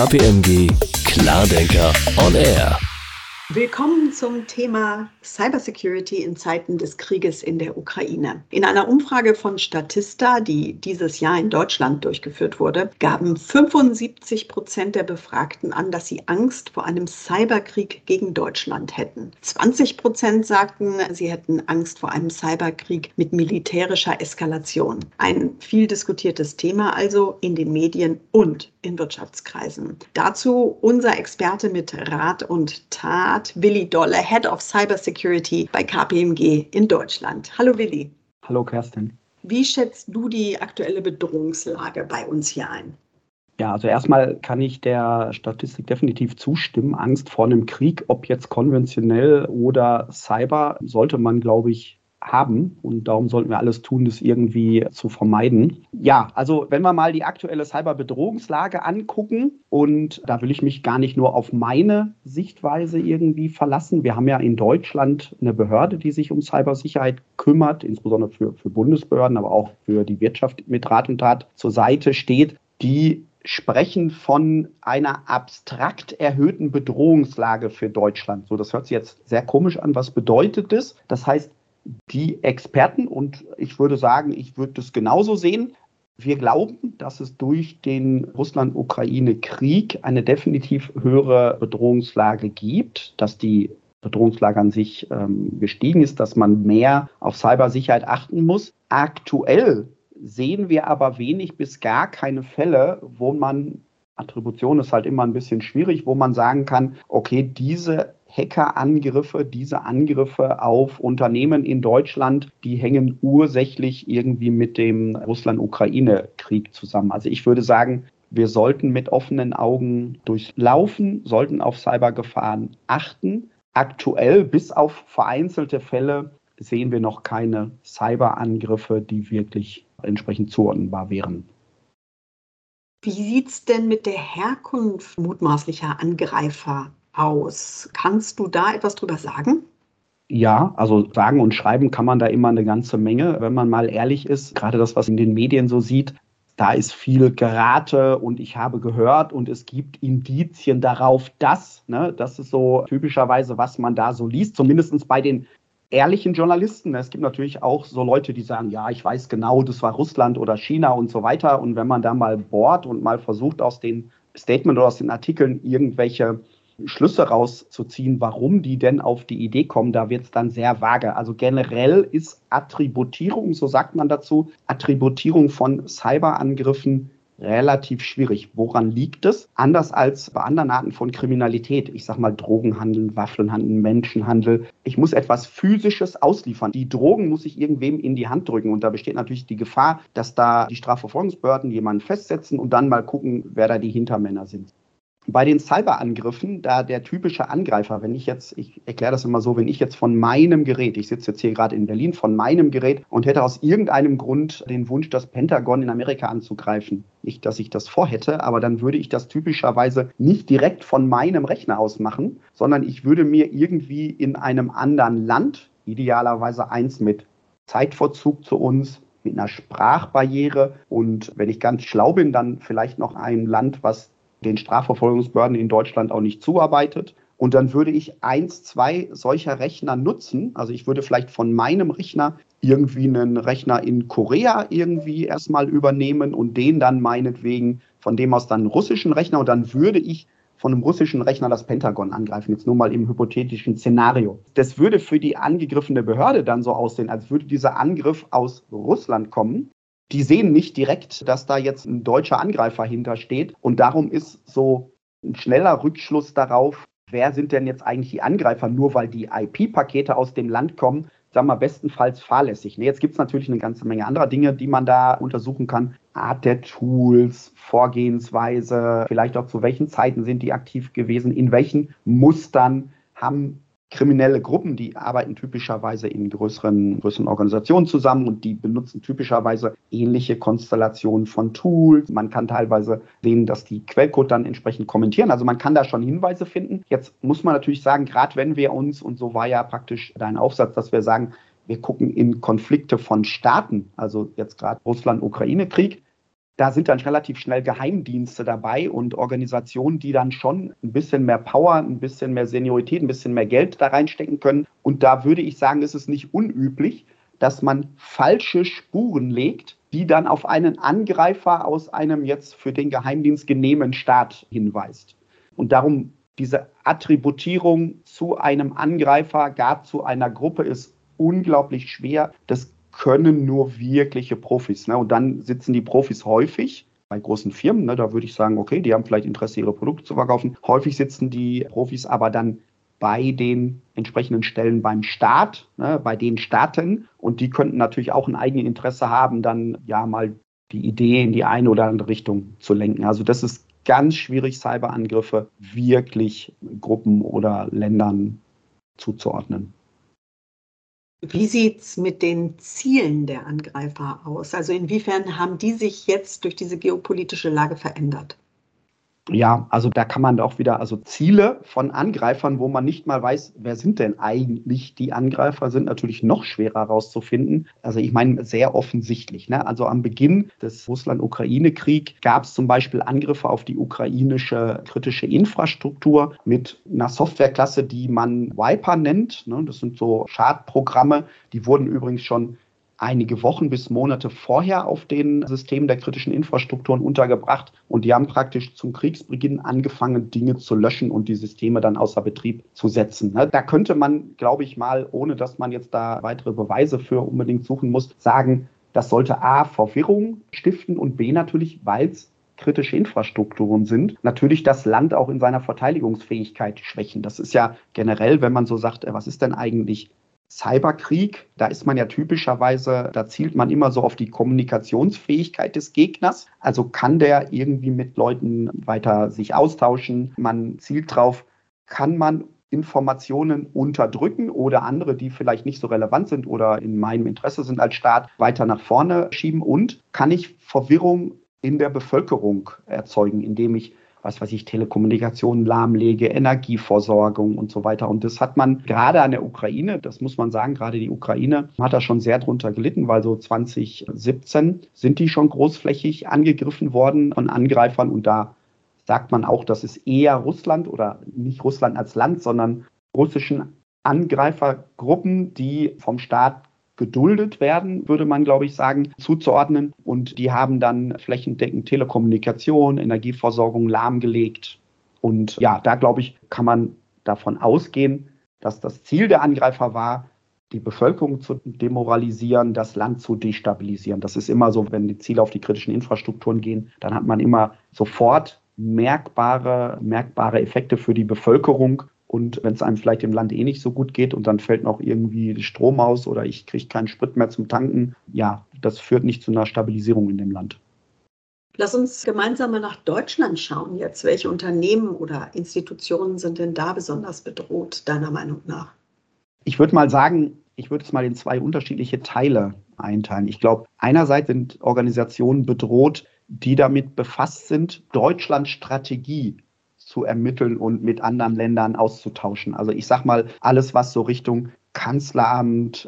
KPMG Klardenker on Air. Willkommen zum Thema Cybersecurity in Zeiten des Krieges in der Ukraine. In einer Umfrage von Statista, die dieses Jahr in Deutschland durchgeführt wurde, gaben 75% der Befragten an, dass sie Angst vor einem Cyberkrieg gegen Deutschland hätten. 20% sagten, sie hätten Angst vor einem Cyberkrieg mit militärischer Eskalation. Ein viel diskutiertes Thema also in den Medien und in Wirtschaftskreisen. Dazu unser Experte mit Rat und Tat, Willi Dolle, Head of Cybersecurity bei KPMG in Deutschland. Hallo Willi. Hallo Kerstin. Wie schätzt du die aktuelle Bedrohungslage bei uns hier ein? Ja, also erstmal kann ich der Statistik definitiv zustimmen. Angst vor einem Krieg, ob jetzt konventionell oder Cyber, sollte man, glaube ich, haben. Und darum sollten wir alles tun, das irgendwie zu vermeiden. Ja, also wenn wir mal die aktuelle Cyberbedrohungslage angucken, und da will ich mich gar nicht nur auf meine Sichtweise irgendwie verlassen. Wir haben ja in Deutschland eine Behörde, die sich um Cybersicherheit kümmert, insbesondere für Bundesbehörden, aber auch für die Wirtschaft mit Rat und Tat zur Seite steht, die sprechen von einer abstrakt erhöhten Bedrohungslage für Deutschland. So, das hört sich jetzt sehr komisch an. Was bedeutet das? Das heißt, die Experten, und ich würde sagen, ich würde das genauso sehen, wir glauben, dass es durch den Russland-Ukraine-Krieg eine definitiv höhere Bedrohungslage gibt, dass die Bedrohungslage an sich gestiegen ist, dass man mehr auf Cybersicherheit achten muss. Aktuell sehen wir aber wenig bis gar keine Fälle, wo man, Attribution ist halt immer ein bisschen schwierig, wo man sagen kann, okay, diese Hackerangriffe, diese Angriffe auf Unternehmen in Deutschland, die hängen ursächlich irgendwie mit dem Russland-Ukraine-Krieg zusammen. Also ich würde sagen, wir sollten mit offenen Augen durchlaufen, sollten auf Cybergefahren achten. Aktuell, bis auf vereinzelte Fälle, sehen wir noch keine Cyberangriffe, die wirklich entsprechend zuordnenbar wären. Wie sieht es denn mit der Herkunft mutmaßlicher Angreifer aus? Kannst du da etwas drüber sagen? Ja, also sagen und schreiben kann man da immer eine ganze Menge. Wenn man mal ehrlich ist, gerade das, was in den Medien so sieht, da ist viel Gerate und ich habe gehört und es gibt Indizien darauf, dass, das ist so typischerweise, was man da so liest, zumindest bei den ehrlichen Journalisten. Es gibt natürlich auch so Leute, die sagen, ja, ich weiß genau, das war Russland oder China und so weiter. Und wenn man da mal bohrt und mal versucht, aus den Statements oder aus den Artikeln irgendwelche Schlüsse rauszuziehen, warum die denn auf die Idee kommen, da wird es dann sehr vage. Also generell ist Attributierung, so sagt man dazu, Attributierung von Cyberangriffen relativ schwierig. Woran liegt es? Anders als bei anderen Arten von Kriminalität, ich sag mal Drogenhandel, Waffenhandel, Menschenhandel. Ich muss etwas Physisches ausliefern. Die Drogen muss ich irgendwem in die Hand drücken. Und da besteht natürlich die Gefahr, dass da die Strafverfolgungsbehörden jemanden festsetzen und dann mal gucken, wer da die Hintermänner sind. Bei den Cyberangriffen, da der typische Angreifer, ich erkläre das immer so, wenn ich jetzt von meinem Gerät, ich sitze jetzt hier gerade in Berlin, von meinem Gerät und hätte aus irgendeinem Grund den Wunsch, das Pentagon in Amerika anzugreifen. Nicht, dass ich das vorhätte, aber dann würde ich das typischerweise nicht direkt von meinem Rechner aus machen, sondern ich würde mir irgendwie in einem anderen Land, idealerweise eins mit Zeitverzug zu uns, mit einer Sprachbarriere und wenn ich ganz schlau bin, dann vielleicht noch ein Land, was den Strafverfolgungsbehörden in Deutschland auch nicht zuarbeitet. Und dann würde ich 1, 2 solcher Rechner nutzen. Also ich würde vielleicht von meinem Rechner irgendwie einen Rechner in Korea irgendwie erstmal übernehmen und den dann meinetwegen von dem aus dann einen russischen Rechner. Und dann würde ich von einem russischen Rechner das Pentagon angreifen. Jetzt nur mal im hypothetischen Szenario. Das würde für die angegriffene Behörde dann so aussehen, als würde dieser Angriff aus Russland kommen. Die sehen nicht direkt, dass da jetzt ein deutscher Angreifer hintersteht. Und darum ist so ein schneller Rückschluss darauf, wer sind denn jetzt eigentlich die Angreifer, nur weil die IP-Pakete aus dem Land kommen, sagen wir bestenfalls fahrlässig. Jetzt gibt es natürlich eine ganze Menge anderer Dinge, die man da untersuchen kann. Art der Tools, Vorgehensweise, vielleicht auch zu welchen Zeiten sind die aktiv gewesen, in welchen Mustern haben kriminelle Gruppen, die arbeiten typischerweise in größeren Organisationen zusammen und die benutzen typischerweise ähnliche Konstellationen von Tools. Man kann teilweise sehen, dass die Quellcode dann entsprechend kommentieren. Also man kann da schon Hinweise finden. Jetzt muss man natürlich sagen, gerade wenn wir uns, und so war ja praktisch dein Aufsatz, dass wir sagen, wir gucken in Konflikte von Staaten, also jetzt gerade Russland-Ukraine-Krieg, Da sind dann relativ schnell Geheimdienste dabei und Organisationen, die dann schon ein bisschen mehr Power, ein bisschen mehr Seniorität, ein bisschen mehr Geld da reinstecken können. Und da würde ich sagen, ist es nicht unüblich, dass man falsche Spuren legt, die dann auf einen Angreifer aus einem jetzt für den Geheimdienst genehmen Staat hinweist. Und darum diese Attributierung zu einem Angreifer, gar zu einer Gruppe, ist unglaublich schwer. Das können nur wirkliche Profis. Ne? Und dann sitzen die Profis häufig bei großen Firmen. Ne? Da würde ich sagen, okay, die haben vielleicht Interesse, ihre Produkte zu verkaufen. Häufig sitzen die Profis aber dann bei den entsprechenden Stellen beim Staat, ne? Bei den Staaten. Und die könnten natürlich auch ein eigenes Interesse haben, dann ja mal die Idee in die eine oder andere Richtung zu lenken. Also das ist ganz schwierig, Cyberangriffe wirklich Gruppen oder Ländern zuzuordnen. Wie sieht es mit den Zielen der Angreifer aus? Also inwiefern haben die sich jetzt durch diese geopolitische Lage verändert? Ja, also da kann man auch wieder, also Ziele von Angreifern, wo man nicht mal weiß, wer sind denn eigentlich die Angreifer, sind natürlich noch schwerer herauszufinden. Also ich meine, sehr offensichtlich. Ne? Also am Beginn des Russland-Ukraine-Kriegs gab es zum Beispiel Angriffe auf die ukrainische kritische Infrastruktur mit einer Softwareklasse, die man Viper nennt. Ne? Das sind so Schadprogramme, die wurden übrigens schon einige Wochen bis Monate vorher auf den Systemen der kritischen Infrastrukturen untergebracht. Und die haben praktisch zum Kriegsbeginn angefangen, Dinge zu löschen und die Systeme dann außer Betrieb zu setzen. Da könnte man, glaube ich mal, ohne dass man jetzt da weitere Beweise für unbedingt suchen muss, sagen, das sollte A, Verwirrung stiften und B, natürlich, weil es kritische Infrastrukturen sind, natürlich das Land auch in seiner Verteidigungsfähigkeit schwächen. Das ist ja generell, wenn man so sagt, was ist denn eigentlich Cyberkrieg, da ist man ja typischerweise, da zielt man immer so auf die Kommunikationsfähigkeit des Gegners. Also kann der irgendwie mit Leuten weiter sich austauschen. Man zielt drauf, kann man Informationen unterdrücken oder andere, die vielleicht nicht so relevant sind oder in meinem Interesse sind als Staat, weiter nach vorne schieben. Und kann ich Verwirrung in der Bevölkerung erzeugen, indem ich Telekommunikation lahmlege, Energieversorgung und so weiter. Und das hat man gerade an der Ukraine, das muss man sagen, gerade die Ukraine hat da schon sehr drunter gelitten, weil so 2017 sind die schon großflächig angegriffen worden von Angreifern. Und da sagt man auch, dass es eher Russland oder nicht Russland als Land, sondern russischen Angreifergruppen, die vom Staat geduldet werden, würde man, glaube ich, sagen, zuzuordnen. Und die haben dann flächendeckend Telekommunikation, Energieversorgung lahmgelegt. Und ja, da, glaube ich, kann man davon ausgehen, dass das Ziel der Angreifer war, die Bevölkerung zu demoralisieren, das Land zu destabilisieren. Das ist immer so, wenn die Ziele auf die kritischen Infrastrukturen gehen, dann hat man immer sofort merkbare Effekte für die Bevölkerung. Und wenn es einem vielleicht im Land eh nicht so gut geht und dann fällt noch irgendwie Strom aus oder ich kriege keinen Sprit mehr zum Tanken, ja, das führt nicht zu einer Stabilisierung in dem Land. Lass uns gemeinsam mal nach Deutschland schauen jetzt. Welche Unternehmen oder Institutionen sind denn da besonders bedroht, deiner Meinung nach? Ich würde mal sagen, ich würde es mal in zwei unterschiedliche Teile einteilen. Ich glaube, einerseits sind Organisationen bedroht, die damit befasst sind, Deutschlands Strategie zu ermitteln und mit anderen Ländern auszutauschen. Also ich sage mal, alles, was so Richtung Kanzleramt,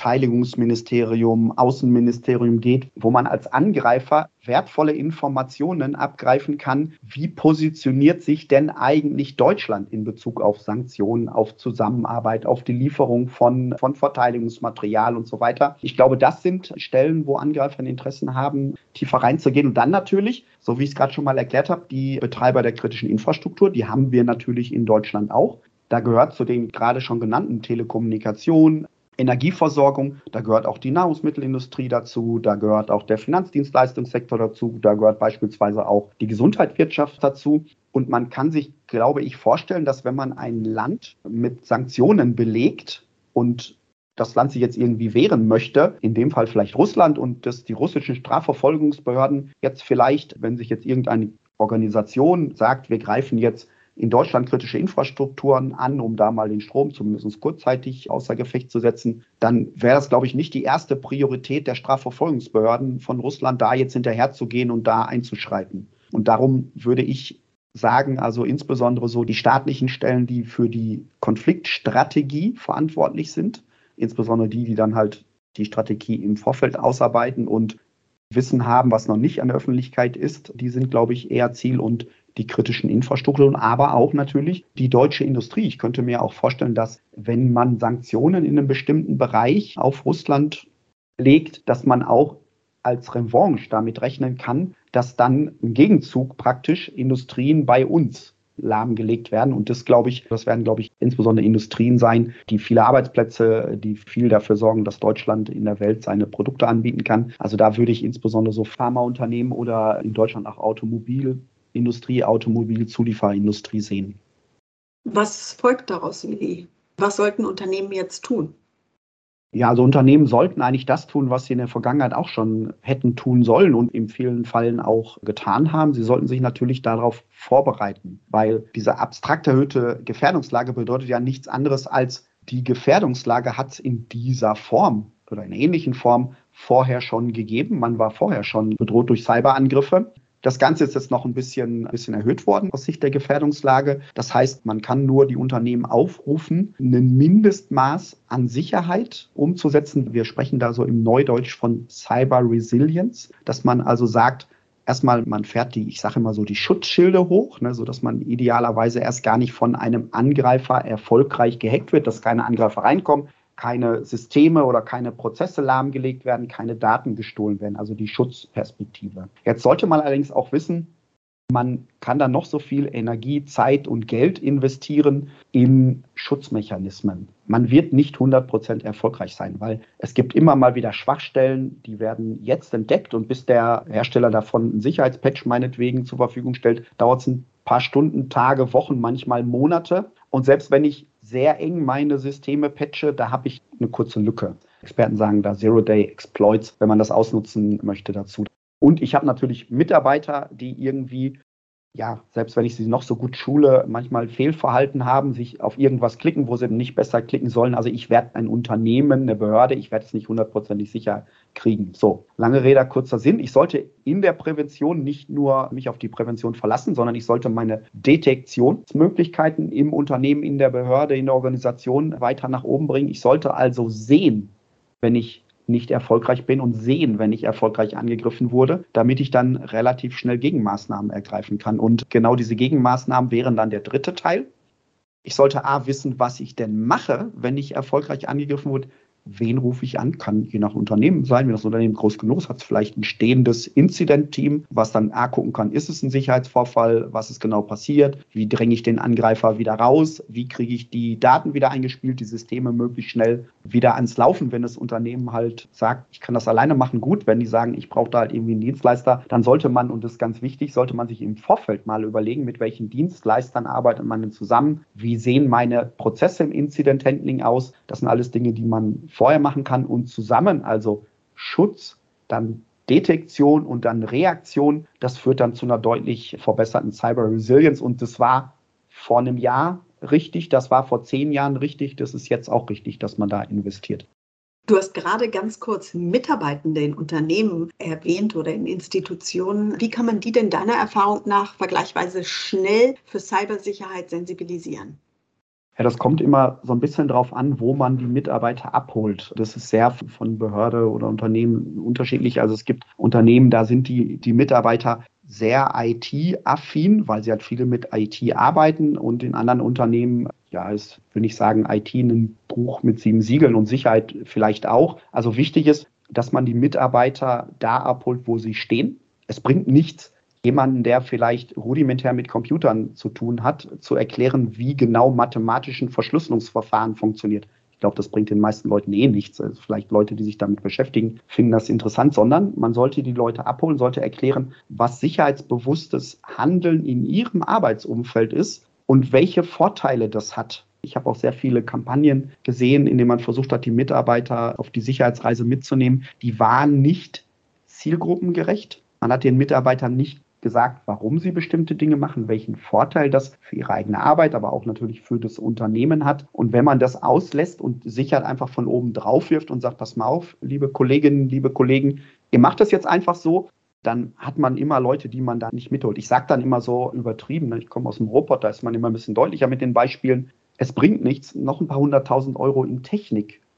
Verteidigungsministerium, Außenministerium geht, wo man als Angreifer wertvolle Informationen abgreifen kann. Wie positioniert sich denn eigentlich Deutschland in Bezug auf Sanktionen, auf Zusammenarbeit, auf die Lieferung von Verteidigungsmaterial und so weiter? Ich glaube, das sind Stellen, wo Angreifer ein Interesse haben, tiefer reinzugehen. Und dann natürlich, so wie ich es gerade schon mal erklärt habe, die Betreiber der kritischen Infrastruktur, die haben wir natürlich in Deutschland auch. Da gehört zu den gerade schon genannten Telekommunikation, Energieversorgung, da gehört auch die Nahrungsmittelindustrie dazu, da gehört auch der Finanzdienstleistungssektor dazu, da gehört beispielsweise auch die Gesundheitswirtschaft dazu. Und man kann sich, glaube ich, vorstellen, dass wenn man ein Land mit Sanktionen belegt und das Land sich jetzt irgendwie wehren möchte, in dem Fall vielleicht Russland und dass die russischen Strafverfolgungsbehörden jetzt vielleicht, wenn sich jetzt irgendeine Organisation sagt, wir greifen jetzt in Deutschland kritische Infrastrukturen an, um da mal den Strom zumindest kurzzeitig außer Gefecht zu setzen, dann wäre das, glaube ich, nicht die erste Priorität der Strafverfolgungsbehörden von Russland, da jetzt hinterherzugehen und da einzuschreiten. Und darum würde ich sagen, also insbesondere so die staatlichen Stellen, die für die Konfliktstrategie verantwortlich sind, insbesondere die dann halt die Strategie im Vorfeld ausarbeiten und Wissen haben, was noch nicht an der Öffentlichkeit ist. Die sind, glaube ich, eher Ziel und die kritischen Infrastrukturen, aber auch natürlich die deutsche Industrie. Ich könnte mir auch vorstellen, dass wenn man Sanktionen in einem bestimmten Bereich auf Russland legt, dass man auch als Revanche damit rechnen kann, dass dann im Gegenzug praktisch Industrien bei uns lahmgelegt werden. Und das, glaube ich, insbesondere Industrien sein, die viele Arbeitsplätze, die viel dafür sorgen, dass Deutschland in der Welt seine Produkte anbieten kann. Also da würde ich insbesondere so Pharmaunternehmen oder in Deutschland auch Automobilindustrie, Automobilzulieferindustrie sehen. Was folgt daraus, Willi? Was sollten Unternehmen jetzt tun? Ja, also Unternehmen sollten eigentlich das tun, was sie in der Vergangenheit auch schon hätten tun sollen und in vielen Fällen auch getan haben. Sie sollten sich natürlich darauf vorbereiten, weil diese abstrakt erhöhte Gefährdungslage bedeutet ja nichts anderes als die Gefährdungslage hat es in dieser Form oder in einer ähnlichen Form vorher schon gegeben. Man war vorher schon bedroht durch Cyberangriffe. Das Ganze ist jetzt noch ein bisschen erhöht worden aus Sicht der Gefährdungslage. Das heißt, man kann nur die Unternehmen aufrufen, ein Mindestmaß an Sicherheit umzusetzen. Wir sprechen da so im Neudeutsch von Cyber Resilience, dass man also sagt, erstmal, man fährt die Schutzschilde hoch, sodass man idealerweise erst gar nicht von einem Angreifer erfolgreich gehackt wird, dass keine Angreifer reinkommen, keine Systeme oder keine Prozesse lahmgelegt werden, keine Daten gestohlen werden, also die Schutzperspektive. Jetzt sollte man allerdings auch wissen, man kann da noch so viel Energie, Zeit und Geld investieren in Schutzmechanismen. Man wird nicht 100% erfolgreich sein, weil es gibt immer mal wieder Schwachstellen, die werden jetzt entdeckt und bis der Hersteller davon einen Sicherheitspatch meinetwegen zur Verfügung stellt, dauert es ein paar Stunden, Tage, Wochen, manchmal Monate. Und selbst wenn ich sehr eng meine Systeme patche, da habe ich eine kurze Lücke. Experten sagen da Zero-Day-Exploits, wenn man das ausnutzen möchte dazu. Und ich habe natürlich Mitarbeiter, die irgendwie, selbst wenn ich sie noch so gut schule, manchmal Fehlverhalten haben, sich auf irgendwas klicken, wo sie nicht besser klicken sollen. Also ich werde ein Unternehmen, eine Behörde, ich werde es nicht 100% sicher kriegen. So, lange Rede, kurzer Sinn. Ich sollte in der Prävention nicht nur mich auf die Prävention verlassen, sondern ich sollte meine Detektionsmöglichkeiten im Unternehmen, in der Behörde, in der Organisation weiter nach oben bringen. Ich sollte also sehen, wenn ich nicht erfolgreich bin und sehen, wenn ich erfolgreich angegriffen wurde, damit ich dann relativ schnell Gegenmaßnahmen ergreifen kann. Und genau diese Gegenmaßnahmen wären dann der dritte Teil. Ich sollte wissen, was ich denn mache, wenn ich erfolgreich angegriffen wurde. Wen rufe ich an? Kann je nach Unternehmen sein. Wenn das Unternehmen groß genug ist, hat es vielleicht ein stehendes Incident-Team, was dann gucken kann, ist es ein Sicherheitsvorfall, was ist genau passiert, wie dränge ich den Angreifer wieder raus, wie kriege ich die Daten wieder eingespielt, die Systeme möglichst schnell wieder ans Laufen, wenn das Unternehmen halt sagt, ich kann das alleine machen, gut. Wenn die sagen, ich brauche da halt irgendwie einen Dienstleister, dann sollte man, und das ist ganz wichtig, sollte man sich im Vorfeld mal überlegen, mit welchen Dienstleistern arbeitet man denn zusammen, wie sehen meine Prozesse im Incident-Handling aus. Das sind alles Dinge, die man vorher machen kann und zusammen, also Schutz, dann Detektion und dann Reaktion, das führt dann zu einer deutlich verbesserten Cyber Resilience und das war vor einem Jahr richtig, das war vor 10 Jahren richtig, das ist jetzt auch richtig, dass man da investiert. Du hast gerade ganz kurz Mitarbeitende in Unternehmen erwähnt oder in Institutionen. Wie kann man die denn deiner Erfahrung nach vergleichsweise schnell für Cybersicherheit sensibilisieren? Ja, das kommt immer so ein bisschen drauf an, wo man die Mitarbeiter abholt. Das ist sehr von Behörde oder Unternehmen unterschiedlich. Also es gibt Unternehmen, da sind die Mitarbeiter sehr IT-affin, weil sie halt viele mit IT arbeiten. Und in anderen Unternehmen, ist, würde ich sagen, IT ein Buch mit 7 Siegeln und Sicherheit vielleicht auch. Also wichtig ist, dass man die Mitarbeiter da abholt, wo sie stehen. Es bringt nichts, jemanden, der vielleicht rudimentär mit Computern zu tun hat, zu erklären, wie genau mathematischen Verschlüsselungsverfahren funktioniert. Ich glaube, das bringt den meisten Leuten nichts. Also vielleicht Leute, die sich damit beschäftigen, finden das interessant, sondern man sollte die Leute abholen, sollte erklären, was sicherheitsbewusstes Handeln in ihrem Arbeitsumfeld ist und welche Vorteile das hat. Ich habe auch sehr viele Kampagnen gesehen, in denen man versucht hat, die Mitarbeiter auf die Sicherheitsreise mitzunehmen. Die waren nicht zielgruppengerecht. Man hat den Mitarbeitern nicht gesagt, warum sie bestimmte Dinge machen, welchen Vorteil das für ihre eigene Arbeit, aber auch natürlich für das Unternehmen hat. Und wenn man das auslässt und Sicherheit einfach von oben drauf wirft und sagt, pass mal auf, liebe Kolleginnen, liebe Kollegen, ihr macht das jetzt einfach so, dann hat man immer Leute, die man da nicht mitholt. Ich sage dann immer so übertrieben, ich komme aus dem Robot, da ist man immer ein bisschen deutlicher mit den Beispielen. Es bringt nichts, noch ein paar 100.000 € in Technik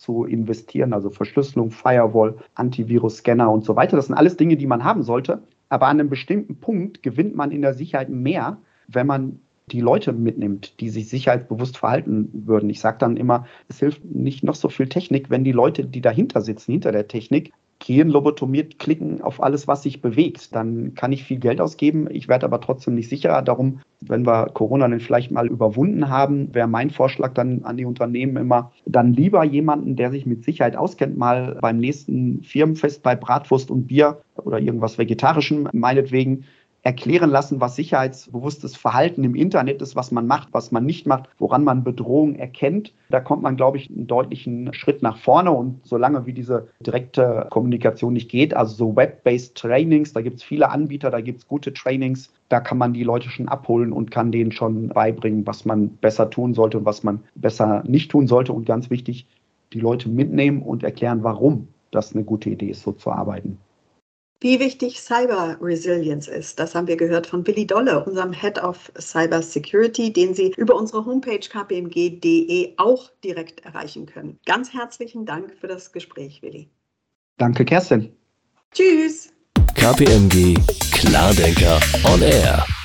zu investieren, also Verschlüsselung, Firewall, Antivirus-Scanner und so weiter. Das sind alles Dinge, die man haben sollte. Aber an einem bestimmten Punkt gewinnt man in der Sicherheit mehr, wenn man die Leute mitnimmt, die sich sicherheitsbewusst verhalten würden. Ich sage dann immer, es hilft nicht noch so viel Technik, wenn die Leute, die dahinter sitzen, hinter der Technik, gehen, lobotomiert, klicken auf alles, was sich bewegt. Dann kann ich viel Geld ausgeben, ich werde aber trotzdem nicht sicherer. Darum, wenn wir Corona dann vielleicht mal überwunden haben, wäre mein Vorschlag dann an die Unternehmen immer, dann lieber jemanden, der sich mit Sicherheit auskennt, mal beim nächsten Firmenfest bei Bratwurst und Bier oder irgendwas Vegetarischem meinetwegen erklären lassen, was sicherheitsbewusstes Verhalten im Internet ist, was man macht, was man nicht macht, woran man Bedrohungen erkennt. Da kommt man, glaube ich, einen deutlichen Schritt nach vorne. Und solange wie diese direkte Kommunikation nicht geht, also so Web-based Trainings, da gibt es viele Anbieter, da gibt es gute Trainings, da kann man die Leute schon abholen und kann denen schon beibringen, was man besser tun sollte und was man besser nicht tun sollte. Und ganz wichtig, die Leute mitnehmen und erklären, warum das eine gute Idee ist, so zu arbeiten. Wie wichtig Cyber Resilience ist, das haben wir gehört von Willi Dolle, unserem Head of Cyber Security, den Sie über unsere Homepage kpmg.de auch direkt erreichen können. Ganz herzlichen Dank für das Gespräch, Willi. Danke, Kerstin. Tschüss. KPMG Klardenker on Air.